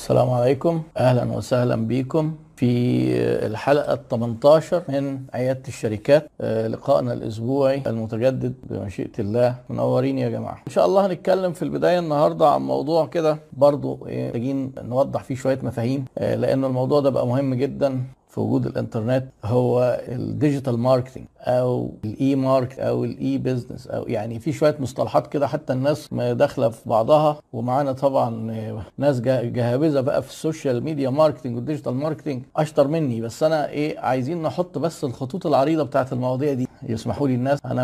السلام عليكم، أهلا وسهلا بكم في الحلقة ال 18 من عيادة الشركات. لقائنا الأسبوعي المتجدد بمشيئة الله. منورين يا جماعة. إن شاء الله هنتكلم في البداية النهاردة عن موضوع كده برضو محتاجين نوضح فيه شوية مفاهيم، لأنه الموضوع ده بقى مهم جدا في وجود الانترنت. هو الديجيتال ماركتنج او الاي ماركت او الاي بزنس، او يعني في شويه مصطلحات كده حتى الناس داخله في بعضها. ومعانا طبعا ناس جهابذه بقى في السوشيال ميديا ماركتنج والديجيتال ماركتنج اشطر مني، بس انا عايزين نحط بس الخطوط العريضه بتاعت المواضيع دي. يسمحوا لي الناس، انا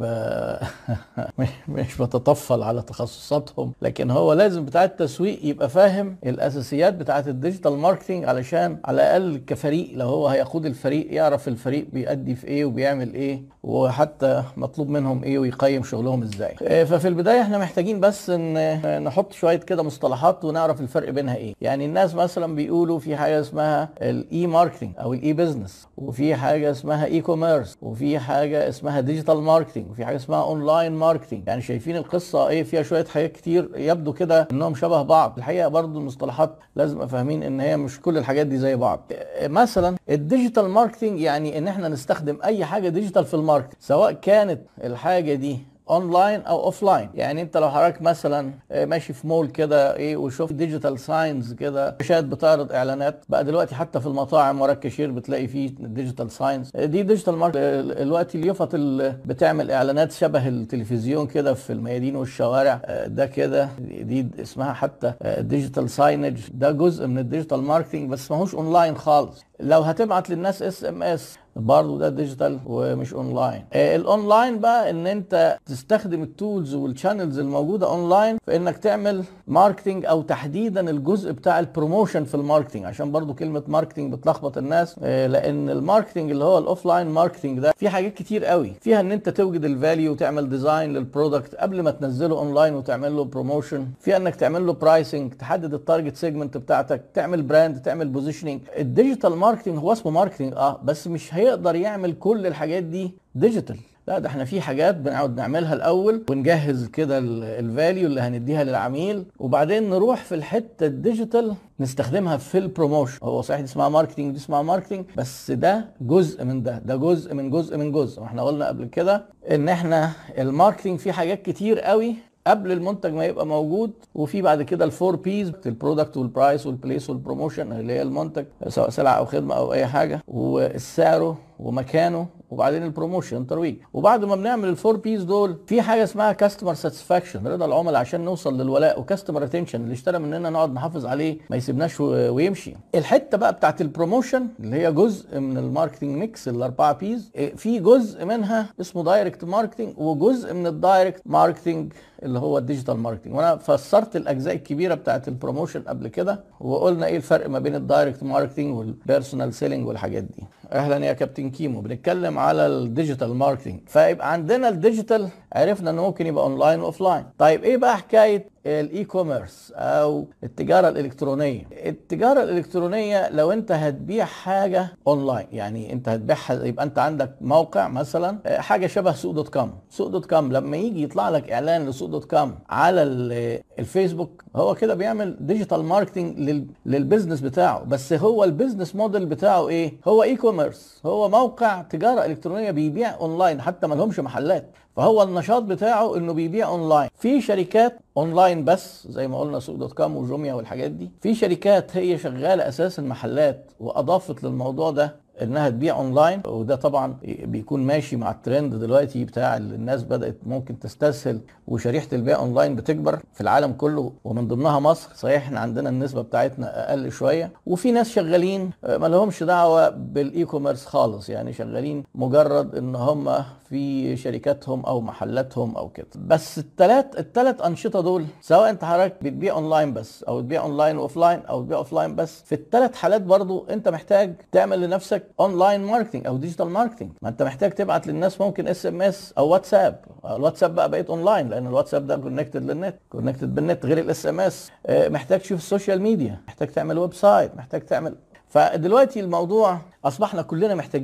مش بتطفل على تخصصاتهم، لكن هو لازم بتاع التسويق يبقى فاهم الاساسيات بتاعت الديجيتال ماركتنج علشان على الاقل كفريق لو هو هيقود الفريق يعرف الفريق بيأدي في ايه وبيعمل ايه، وحتى مطلوب منهم ايه ويقيم شغلهم ازاي. ففي البدايه احنا محتاجين بس ان نحط شويه كده مصطلحات ونعرف الفرق بينها ايه. يعني الناس مثلا بيقولوا في حاجه اسمها الاي ماركتنج او الاي بزنس، وفي حاجه اسمها اي كوميرس، وفي حاجه اسمها ديجيتال ماركتنج، وفي حاجه اسمها اونلاين ماركتنج. يعني شايفين القصه فيها شويه حاجات كتير يبدو كده انهم شبه بعض. الحقيقه برضو المصطلحات لازم ابقى فاهمين ان هي مش كل الحاجات دي زي بعض. مثلا الديجيتال ماركتنج يعني ان احنا نستخدم اي حاجه ديجيتال في الماركت، سواء كانت الحاجه دي اونلاين او اوفلاين. يعني انت لو حضرتك مثلا ماشي في مول كده وشوف ديجيتال ساينز كده، شاشات بتعرض اعلانات بقى دلوقتي، حتى في المطاعم ورا الكاشير بتلاقي فيه ديجيتال ساينز. دي ديجيتال ماركت. دلوقتي اليافط اللي بتعمل اعلانات شبه التلفزيون كده في الميادين والشوارع، ده كده دي اسمها حتى ديجيتال ساينج. ده جزء من الديجيتال ماركتنج بس ماهوش اونلاين خالص. لو هتبعت للناس اس ام اس برضه ده ديجيتال ومش اونلاين. الاونلاين بقى ان انت تستخدم التولز والشانلز الموجوده اونلاين في انك تعمل ماركتنج، او تحديدا الجزء بتاع البروموشن في الماركتنج، عشان برضه كلمه ماركتنج بتلخبط الناس. لان الماركتنج اللي هو الاوفلاين ماركتنج ده في حاجات كتير قوي فيها، ان انت توجد الفاليو وتعمل ديزاين للبرودكت قبل ما تنزله اونلاين وتعمل له بروموشن، فيها انك تعمل له برايسنج، تحدد التارجت سيجمنت بتاعتك، تعمل براند، تعمل بوزيشننج. الديجيتال ماركتنج هو اسمه ماركتنج بس مش هيقدر يعمل كل الحاجات دي ديجيتال. لا، ده احنا في حاجات بنقعد نعملها الاول ونجهز كده الفاليو اللي هنديها للعميل، وبعدين نروح في الحته الديجيتال نستخدمها في البروموشن. هو صحيح دي اسمها ماركتنج دي اسمها ماركتنج، بس ده جزء من ده جزء من جزء من جزء. واحنا قلنا قبل كده ان احنا الماركتنج فيه حاجات كتير قوي قبل المنتج ما يبقى موجود، وفي بعد كده الفور بيز: البرودكت والبرايس والبليس والبروموشن، اللي هي المنتج سواء سلعه او خدمه او اي حاجه، والسعر ومكانه، وبعدين البروموشن الترويج. وبعد ما بنعمل الفور بيز دول في حاجه اسمها كاستمر ساتسفاكشن، رضا العملاء عشان نوصل للولاء، وكاستمر ريتنشن اللي اشترى مننا نقعد نحافظ عليه ما يسيبناش ويمشي. الحته بقى بتاعت البروموشن اللي هي جزء من الماركتنج ميكس الاربعه بيز، في جزء منها اسمه دايركت ماركتنج، وجزء من الدايركت ماركتنج اللي هو الديجيتال ماركتنج. وانا فسرت الاجزاء الكبيره بتاعت البروموشن قبل كده، وقلنا ايه الفرق ما بين الدايركت ماركتنج والبيرسونال سيلينج والحاجات دي. اهلا يا كابتن كيمو. بنتكلم على الديجيتال ماركتنج. فيبقى عندنا الديجيتال عرفنا انه ممكن يبقى اونلاين واوفلاين. طيب ايه بقى حكايه الاي كوميرس او التجاره الالكترونيه؟ التجاره الالكترونيه لو انت هتبيع حاجه اونلاين، يعني انت هتبيعها، يبقى انت عندك موقع مثلا حاجه شبه سوق دوت كوم. سوق دوت كوم لما يجي يطلع لك اعلان لسوق دوت كوم على الفيسبوك، هو كده بيعمل ديجيتال ماركتنج للبيزنس بتاعه. بس هو البيزنس موديل بتاعه ايه؟ هو اي كوميرس، هو موقع تجاره الكترونيه بيبيع اونلاين، حتى ما لهمش محلات. فهو النشاط بتاعه انه بيبيع اونلاين. في شركات اونلاين بس زي ما قلنا سوق دوت كوم وجوميا والحاجات دي، في شركات هي شغاله اساس المحلات واضافت للموضوع ده انها تبيع اونلاين، وده طبعا بيكون ماشي مع الترند دلوقتي بتاع الناس بدات ممكن تستسهل، وشريحه البيع اونلاين بتكبر في العالم كله ومن ضمنها مصر. صحيح احنا عندنا النسبه بتاعتنا اقل شويه، وفي ناس شغالين ما لهمش دعوه بالاي كوميرس خالص، يعني شغالين مجرد ان هم في شركاتهم او محلاتهم او كده. بس الثلاث انشطه دول، سواء انت حضرتك بتبيع اونلاين بس، او تبيع اونلاين واوفلاين، او تبيع اوفلاين بس، في الثلاث حالات برضو انت محتاج تعمل لنفسك اونلاين ماركتنج او ديجيتال ماركتنج. ما انت محتاج تبعت للناس ممكن اس ام اس او واتساب. الواتساب بقى بقيت اونلاين لان الواتساب ده كونكتد للنت، كونكتد بالنت غير الاس ام اس. محتاج تشوف السوشيال ميديا، محتاج تعمل ويب سايت، محتاج تعمل. فدلوقتي الموضوع اصبحنا كلنا محتاجينه.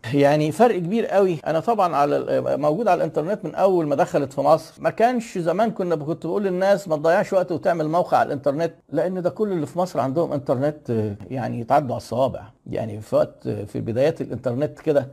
يعني فرق كبير قوي. انا طبعا موجود على الانترنت من اول ما دخلت في مصر. ما كانش زمان كنت بقول للناس ما تضيعش وقت وتعمل موقع على الانترنت، لان ده كل اللي في مصر عندهم انترنت يعني يتعدوا على الصوابع. يعني في وقت في بدايات الانترنت كده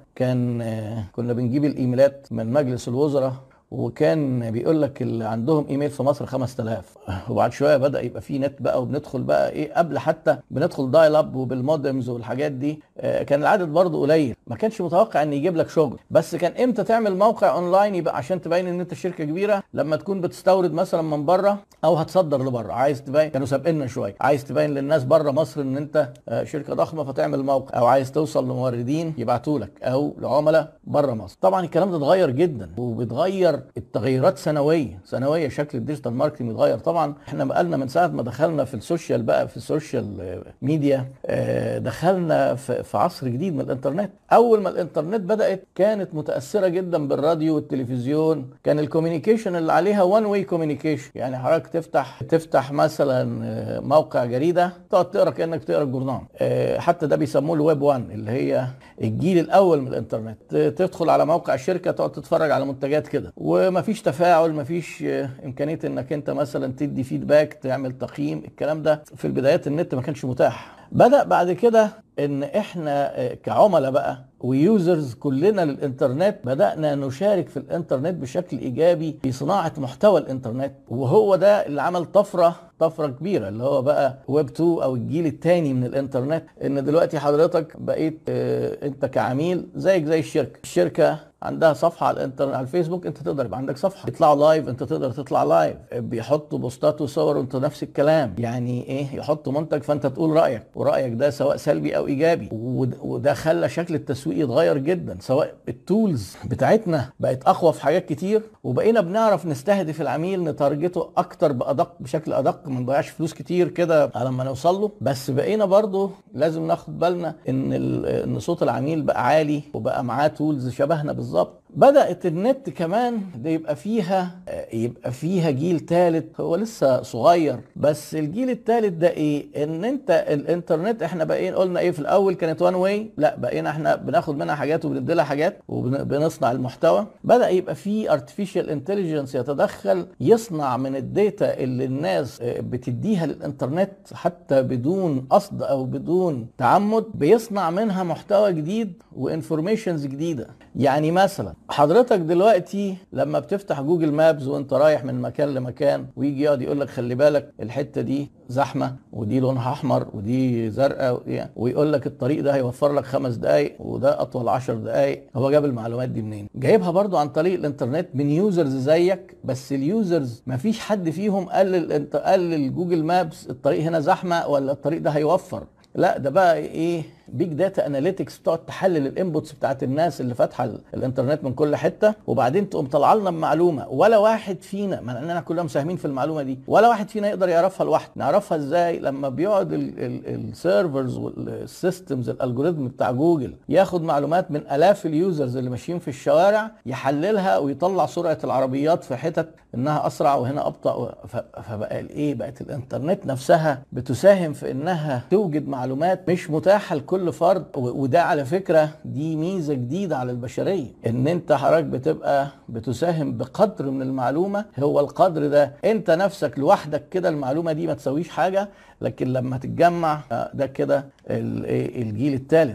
كنا بنجيب الايميلات من مجلس الوزراء، وكان بيقول لك اللي عندهم ايميل في مصر 5000. وبعد شويه بدا يبقى في نت بقى، وبندخل بقى ايه قبل حتى بندخل دايل اب وبالمودمز والحاجات دي. كان العدد برضه قليل، ما كانش متوقع ان يجيب لك شغل. بس كان امتى تعمل موقع اونلاين يبقى عشان تبين ان انت شركه كبيره؟ لما تكون بتستورد مثلا من بره او هتصدر لبره، عايز تبين، كانوا سابقنا شويه، عايز تبين للناس بره مصر ان انت شركه ضخمه فتعمل موقع، او عايز توصل لموردين يبعتوا لك، او لعملاء بره مصر. طبعا الكلام ده اتغير جدا، وبيتغير التغيرات سنويه. شكل الديجيتال ماركتنج اتغير. طبعا احنا بقالنا من ساعه ما دخلنا في السوشيال بقى، في السوشيال ميديا، دخلنا في عصر جديد من الانترنت. اول ما الانترنت بدات كانت متاثره جدا بالراديو والتلفزيون. كان الكوميونيكيشن اللي عليها وان واي كوميونيكيشن، يعني حضرتك تفتح مثلا موقع جريده، تقعد تقرا كانك بتقرا الجورنال. حتى ده بيسموه الويب 1 اللي هي الجيل الاول من الانترنت. تدخل على موقع الشركه تقعد تتفرج على منتجات كده، ومفيش تفاعل، مفيش امكانيه انك انت مثلا تدي فيدباك، تعمل تقييم. الكلام ده في البدايات النت ما كانش متاح. بدأ بعد كده ان احنا كعملاء بقى ويوزرز كلنا للانترنت بدأنا نشارك في الانترنت بشكل ايجابي في صناعة محتوى الانترنت. وهو ده اللي عمل طفرة كبيرة، اللي هو بقى ويب 2 او الجيل الثاني من الانترنت. ان دلوقتي حضرتك بقيت انت كعميل زيك زي الشركة عندها صفحه على الانترنت، على الفيسبوك، انت تقدر يبقى عندك صفحه. يطلعوا لايف، انت تقدر تطلع لايف. بيحطوا بوستات وصور، انت نفس الكلام. يعني ايه، يحطوا منتج فانت تقول رايك، ورايك ده سواء سلبي او ايجابي. وده خلى شكل التسويق يتغير جدا. سواء التولز بتاعتنا بقت اقوى في حاجات كتير، وبقينا بنعرف نستهدف العميل، نتارجته اكتر بشكل ادق، ما نضيعش فلوس كتير كده على ما نوصل له. بس بقينا برضو لازم ناخد بالنا ان صوت العميل بقى عالي، وبقى معاه تولز شبهنا بالظبط. بدأت النت كمان ده يبقى فيها جيل ثالث، هو لسه صغير. بس الجيل الثالث ده ايه؟ ان انت الانترنت احنا بقينا قلنا ايه في الاول؟ كانت وان واي. لا، بقينا احنا بناخد منها حاجات وبندي لها حاجات وبنصنع المحتوى. بدأ يبقى فيه ارتفيشال انتليجنس يتدخل، يصنع من الداتا اللي الناس بتديها للانترنت حتى بدون قصد او بدون تعمد، بيصنع منها محتوى جديد وانفورميشنز جديده. يعني مثلا حضرتك دلوقتي لما بتفتح جوجل مابز وانت رايح من مكان لمكان، ويجي يقعد يقول لك خلي بالك الحته دي زحمه، ودي لونها احمر، ودي زرقاء، ويقول لك الطريق ده هيوفر لك 5 دقائق، وده اطول 10 دقائق. هو جاب المعلومات دي منين؟ جايبها برضو عن طريق الانترنت من يوزرز زيك. بس اليوزرز ما فيش حد فيهم قال للجوجل مابس الطريق هنا زحمه ولا الطريق ده هيوفر. لا، ده بقى ايه؟ بيج داتا اناليتكس، بتقعد تحلل الانبوتس بتاعت الناس اللي فاتحه الانترنت من كل حته، وبعدين تقوم طالعه لنا بمعلومه ولا واحد فينا، مع اننا كلنا مساهمين في المعلومه دي، ولا واحد فينا يقدر يعرفها لوحده. نعرفها ازاي؟ لما بيقعد السيرفرز والسيستمز الالجوريثم بتاع جوجل ياخد معلومات من الاف اليوزرز اللي ماشيين في الشوارع، يحللها ويطلع سرعه العربيات في حتت انها اسرع وهنا ابطا. فبقى ايه؟ بقت الانترنت نفسها بتساهم في انها توجد معلومات مش متاحه لكل فرد. وده على فكره دي ميزه جديده على البشريه، ان انت حضرتك بتبقى بتساهم بقدر من المعلومه. هو القدر ده انت نفسك لوحدك كده المعلومه دي ما تسويش حاجه، لكن لما تتجمع ده كده الجيل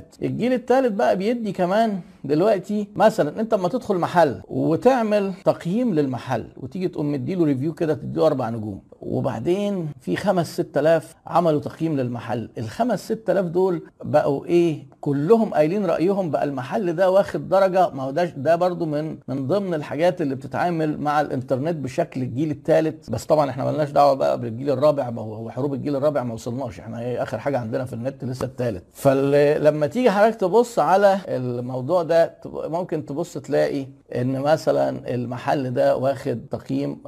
الثالث بقى بيدي كمان. دلوقتي مثلا انت لما تدخل محل وتعمل تقييم للمحل، وتيجي تقوم مديله ريفيو كده، تديله 4 نجوم، وبعدين في 5-6 آلاف عملوا تقييم للمحل. ال5-6 آلاف دول بقوا ايه؟ كلهم قايلين رأيهم. بقى المحل ده واخد درجة. ما هو ده برضو من ضمن الحاجات اللي بتتعامل مع الانترنت بشكل الجيل الثالث. بس طبعا احنا ملناش دعوة بقى بالجيل الرابع، ما هو حروب الجيل الرابع ما وصلناش، احنا ايه اخر حاجة عندنا في النت لسه الثالث. فلما تيجي حضرتك تبص على الموضوع ده، ممكن تبص تلاقي ان مثلا المحل ده واخد تقييم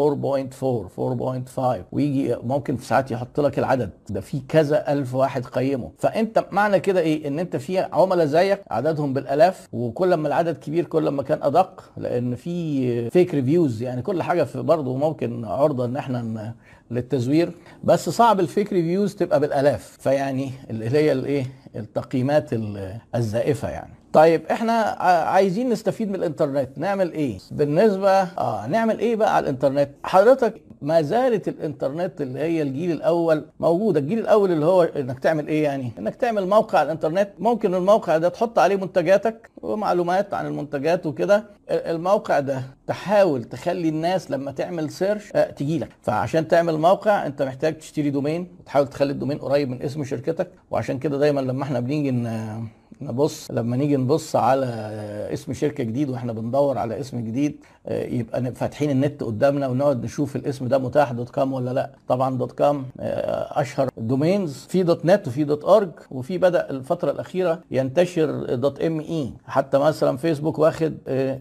4.4 4.5، ويجي ممكن في ساعات يحط لك العدد ده، في كذا الف واحد قيمه. فانت معنى كده ايه؟ ان انت في عملاء زيك عددهم بالالاف، وكل ما العدد كبير كل ما كان ادق، لان في فيك ريفيوز. يعني كل حاجه في برضه ممكن عرضه ان احنا للتزوير، بس صعب الفيك ريفيوز تبقى بالالاف، فيعني اللي هي الايه التقييمات الزائفه يعني. طيب احنا عايزين نستفيد من الانترنت، نعمل ايه بالنسبه نعمل ايه بقى على الانترنت؟ حضرتك ما زالت الانترنت اللي هي الجيل الاول موجوده. الجيل الاول اللي هو انك تعمل ايه يعني؟ انك تعمل موقع على الانترنت، ممكن الموقع ده تحط عليه منتجاتك ومعلومات عن المنتجات وكده. الموقع ده تحاول تخلي الناس لما تعمل سيرش تجي لك. فعشان تعمل موقع انت محتاج تشتري دومين وتحاول تخلي الدومين قريب من اسم شركتك. وعشان كده دايما لما احنا بنيجي لما نيجي نبص على اسم شركه جديد واحنا بندور على اسم جديد، يبقى فاتحين النت قدامنا ونقعد نشوف الاسم ده متاح .com ولا لا. طبعا .com اشهر دومينز، في .net وفي .org، وفي بدا الفتره الاخيره ينتشر .me. حتى مثلا فيسبوك واخد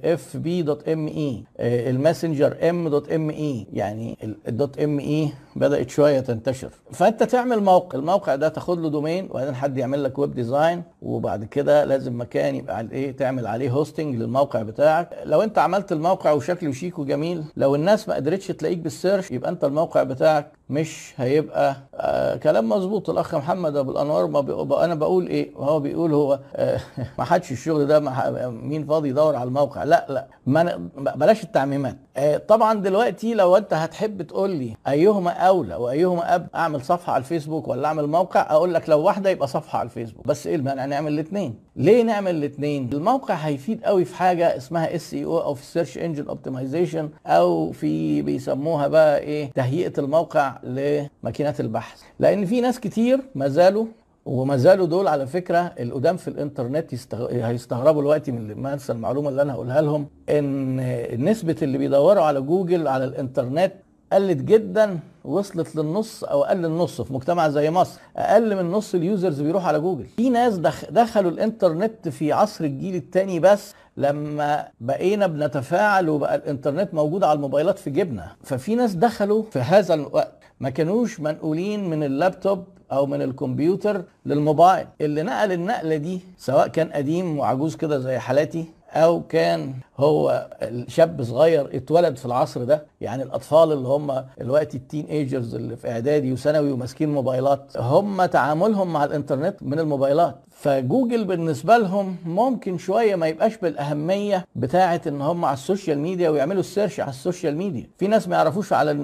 fb.me، الماسنجر m.me، يعني .me بدات شويه تنتشر. فانت تعمل موقع، الموقع ده تاخد له دومين وبعدين حد يعمل لك ويب ديزاين، وبعد كده لازم مكان يبقى على ايه تعمل عليه هوستنج للموقع بتاعك. لو انت عملت الموقع وشكله شيك وجميل، لو الناس ما قدرتش تلاقيك بالسيرش يبقى انت الموقع بتاعك مش هيبقى كلام مظبوط. الاخ محمد ابو الانوار انا بقول ايه وهو بيقول هو ما حدش الشغل ده، مين فاضي يدور على الموقع؟ لا بلاش التعميمات. طبعا دلوقتي لو انت هتحب تقول لي ايهما اولى وايهما ابدا، اعمل صفحه على الفيسبوك ولا اعمل موقع؟ اقول لك لو واحده يبقى صفحه على الفيسبوك، بس ايه المانع نعمل الاثنين؟ ليه نعمل الاثنين؟ الموقع هيفيد قوي في حاجه اسمها SEO او في سيرش انجن اوبتمايزيشن، او في بيسموها بقى ايه تهيئه الموقع لماكينات البحث. لان في ناس كتير ما زالوا دول على فكره القدام في الانترنت هيستغربوا دلوقتي من ما انسى المعلومه اللي انا هقولها لهم، ان نسبه اللي بيدوروا على جوجل على الانترنت قلت جدا، وصلت للنص او اقل النص. في مجتمع زي مصر اقل من نص اليوزرز بيروح على جوجل. في ناس دخلوا الانترنت في عصر الجيل الثاني، بس لما بقينا بنتفاعل وبقى الانترنت موجود على الموبايلات في جيبنا. ففي ناس دخلوا في هذا الوقت ما كانوش منقولين من اللابتوب او من الكمبيوتر للموبايل. اللي نقل النقله دي سواء كان قديم وعجوز كده زي حالاتي، او كان هو الشاب صغير اتولد في العصر ده، يعني الاطفال اللي هم دلوقتي التين ايجرز اللي في اعدادي وثانوي وماسكين موبايلات، هم تعاملهم مع الانترنت من الموبايلات. فجوجل بالنسبه لهم ممكن شويه ما يبقاش بالاهميه بتاعه ان هم على السوشيال ميديا ويعملوا السيرش على السوشيال ميديا. في ناس ما يعرفوش على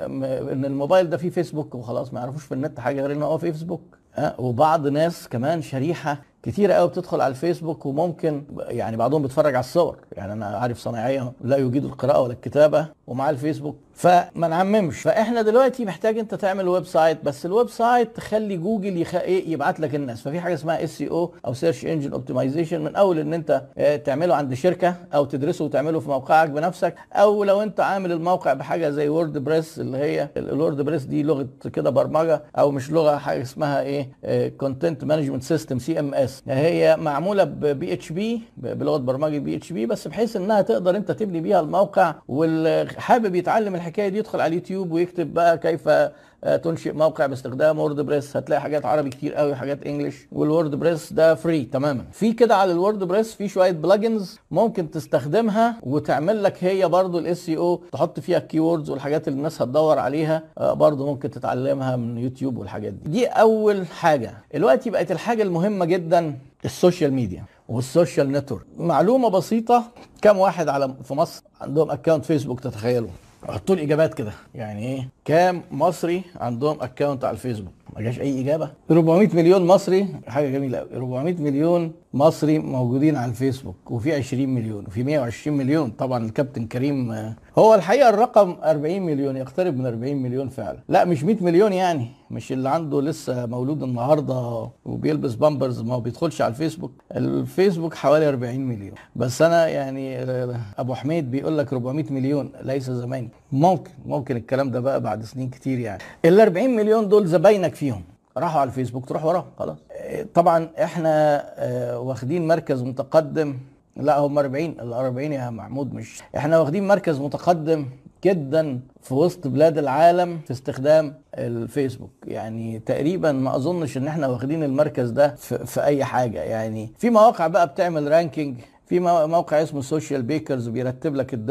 ان الموبايل ده فيه فيسبوك وخلاص، ما يعرفوش في النت حاجه غير ان هو فيسبوك. وبعض ناس كمان شريحه كتيرة قوي بتدخل على الفيسبوك، وممكن يعني بعضهم بيتفرج على الصور. يعني انا عارف صنايعيه لا يجيدوا القراءه ولا الكتابه ومع الفيسبوك، فما نعممش. فاحنا دلوقتي محتاج انت تعمل ويب سايت، بس الويب سايت تخلي جوجل يبعت لك الناس. ففي حاجه اسمها SEO او سيرش انجن اوبتمايزيشن، من اول ان انت تعمله عند شركه او تدرسه وتعمله في موقعك بنفسك، او لو انت عامل الموقع بحاجه زي وورد بريس، اللي هي الوورد بريس دي لغه كده برمجه، او مش لغه، حاجه اسمها ايه كونتنت مانجمنت سيستم CMS. هي معموله BHP بلغه برمجه BHP، بس بحيث انها تقدر انت تبني بيها الموقع. واللي حابب يتعلم الحكايه دي يدخل على اليوتيوب ويكتب بقى كيف تنشئ موقع باستخدام وورد بريس، هتلاقي حاجات عربي كتير قوي وحاجات انجلش. والوورد بريس ده فري تماما. في كده على الوورد بريس في شويه بلجنز ممكن تستخدمها وتعمل لك هي برضو SEO، تحط فيها الكيوردز والحاجات اللي الناس هتدور عليها، برضو ممكن تتعلمها من يوتيوب والحاجات دي اول حاجه. دلوقتي بقت الحاجه المهمه جدا السوشيال ميديا والسوشيال نتورك. معلومه بسيطه، كم واحد في مصر عندهم اكونت فيسبوك تتخيلوا؟ حطوا لي اجابات كده، يعني ايه كام مصري عندهم اكونت على الفيسبوك؟ ما جاش اي اجابه. 400 مليون مصري، حاجه جميله قوي. 400 مليون مصري موجودين على الفيسبوك، وفي 20 مليون وفي 120 مليون. طبعا الكابتن كريم هو الحقيقه الرقم 40 مليون، يقترب من 40 مليون فعلا. لا مش 100 مليون، يعني مش اللي عنده لسه مولود النهارده وبيلبس بامبرز ما بيدخلش على الفيسبوك. الفيسبوك حوالي 40 مليون. بس انا يعني ابو حميد بيقول لك 400 مليون ليس زماني. ممكن الكلام ده بقى بعد سنين كتير. يعني ال 40 مليون دول زباينك فيهم راحوا على الفيسبوك، تروح وراهم خلاص. طبعا احنا واخدين مركز متقدم. لا هم 40 يا محمود، مش احنا واخدين مركز متقدم جدا في وسط بلاد العالم في استخدام الفيسبوك. يعني تقريبا ما اظنش ان احنا واخدين المركز ده في اي حاجه. يعني في مواقع بقى بتعمل رانكينج، في موقع اسمه سوشيال بيكرز بيرتب لك الدول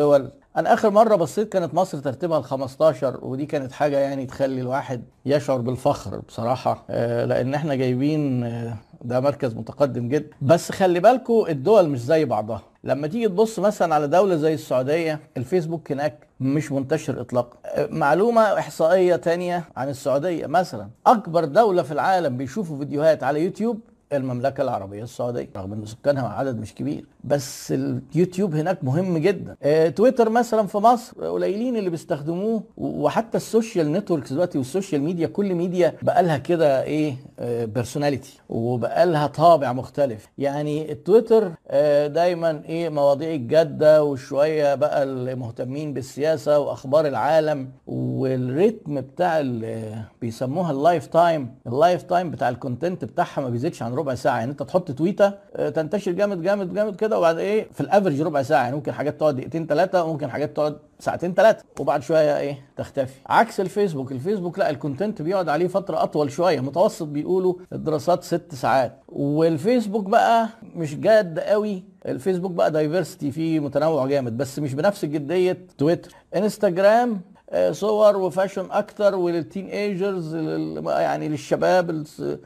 انا اخر مره بصيت كانت مصر ترتيبها ال 15، ودي كانت حاجه يعني تخلي الواحد يشعر بالفخر بصراحه، لان احنا جايبين ده مركز متقدم جدا. بس خلي بالكو الدول مش زي بعضها. لما تيجي تبص مثلا على دولة زي السعودية، الفيسبوك هناك مش منتشر اطلاقا. معلومة احصائية تانية عن السعودية، مثلا اكبر دولة في العالم بيشوفوا فيديوهات على يوتيوب المملكة العربية السعودية، رغم ان سكانها عدد مش كبير، بس اليوتيوب هناك مهم جدا. تويتر مثلا في مصر قليلين اللي بيستخدموه، وحتى السوشيال نتوركس دلوقتي والسوشيال ميديا، كل ميديا بقى لها كده ايه بيرسوناليتي، وبقى لها طابع مختلف. يعني التويتر دايما ايه مواضيع الجادة، وشوية بقى المهتمين بالسياسة واخبار العالم، والريتم بتاع بيسموها اللايف تايم بتاع الكونتنت بتاعها ما بيزيدش عن ربع ساعه. يعني انت تحط تويته تنتشر جامد جامد جامد كده، وبعد ايه في الافرج ربع ساعه. يعني ممكن حاجات تقعد دقيقتين ثلاثه، وممكن حاجات تقعد ساعتين ثلاثه، وبعد شويه ايه تختفي. عكس الفيسبوك لا، الكونتنت بيقعد عليه فتره اطول شويه، متوسط بيقولوا الدراسات 6 ساعات. والفيسبوك بقى مش جاد قوي، الفيسبوك بقى دايفرستي فيه متنوع جامد، بس مش بنفس جديه تويتر. انستجرام صور وفاشن اكتر، وللتين ايجرز يعني للشباب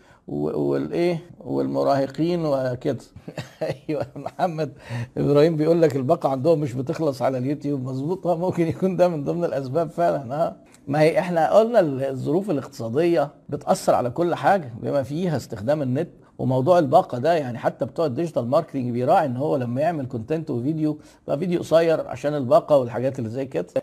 والايه والمراهقين وكده. ايوه محمد ابراهيم بيقول لك الباقه عندهم مش بتخلص على اليوتيوب. مظبوط، ممكن يكون ده من ضمن الاسباب فعلا. ما هي احنا قلنا الظروف الاقتصاديه بتاثر على كل حاجه بما فيها استخدام النت. وموضوع الباقه ده يعني حتى بتوع الديجيتال ماركتنج بيراعي ان هو لما يعمل كونتنت وفيديو بقى فيديو قصير عشان الباقه والحاجات اللي زي كده.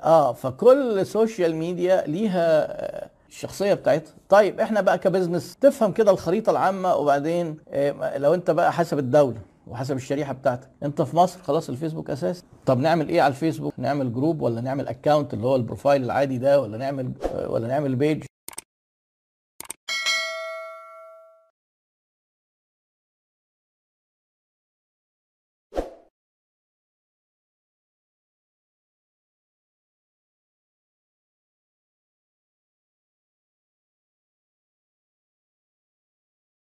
فكل سوشيال ميديا ليها الشخصيه بتاعتها. طيب احنا بقى كبزنس تفهم كده الخريطه العامه، وبعدين لو انت بقى حسب الدوله وحسب الشريحه بتاعتك. انت في مصر خلاص الفيسبوك اساسي. طب نعمل ايه على الفيسبوك؟ نعمل جروب ولا نعمل اكونت اللي هو البروفايل العادي ده، ولا نعمل بيج؟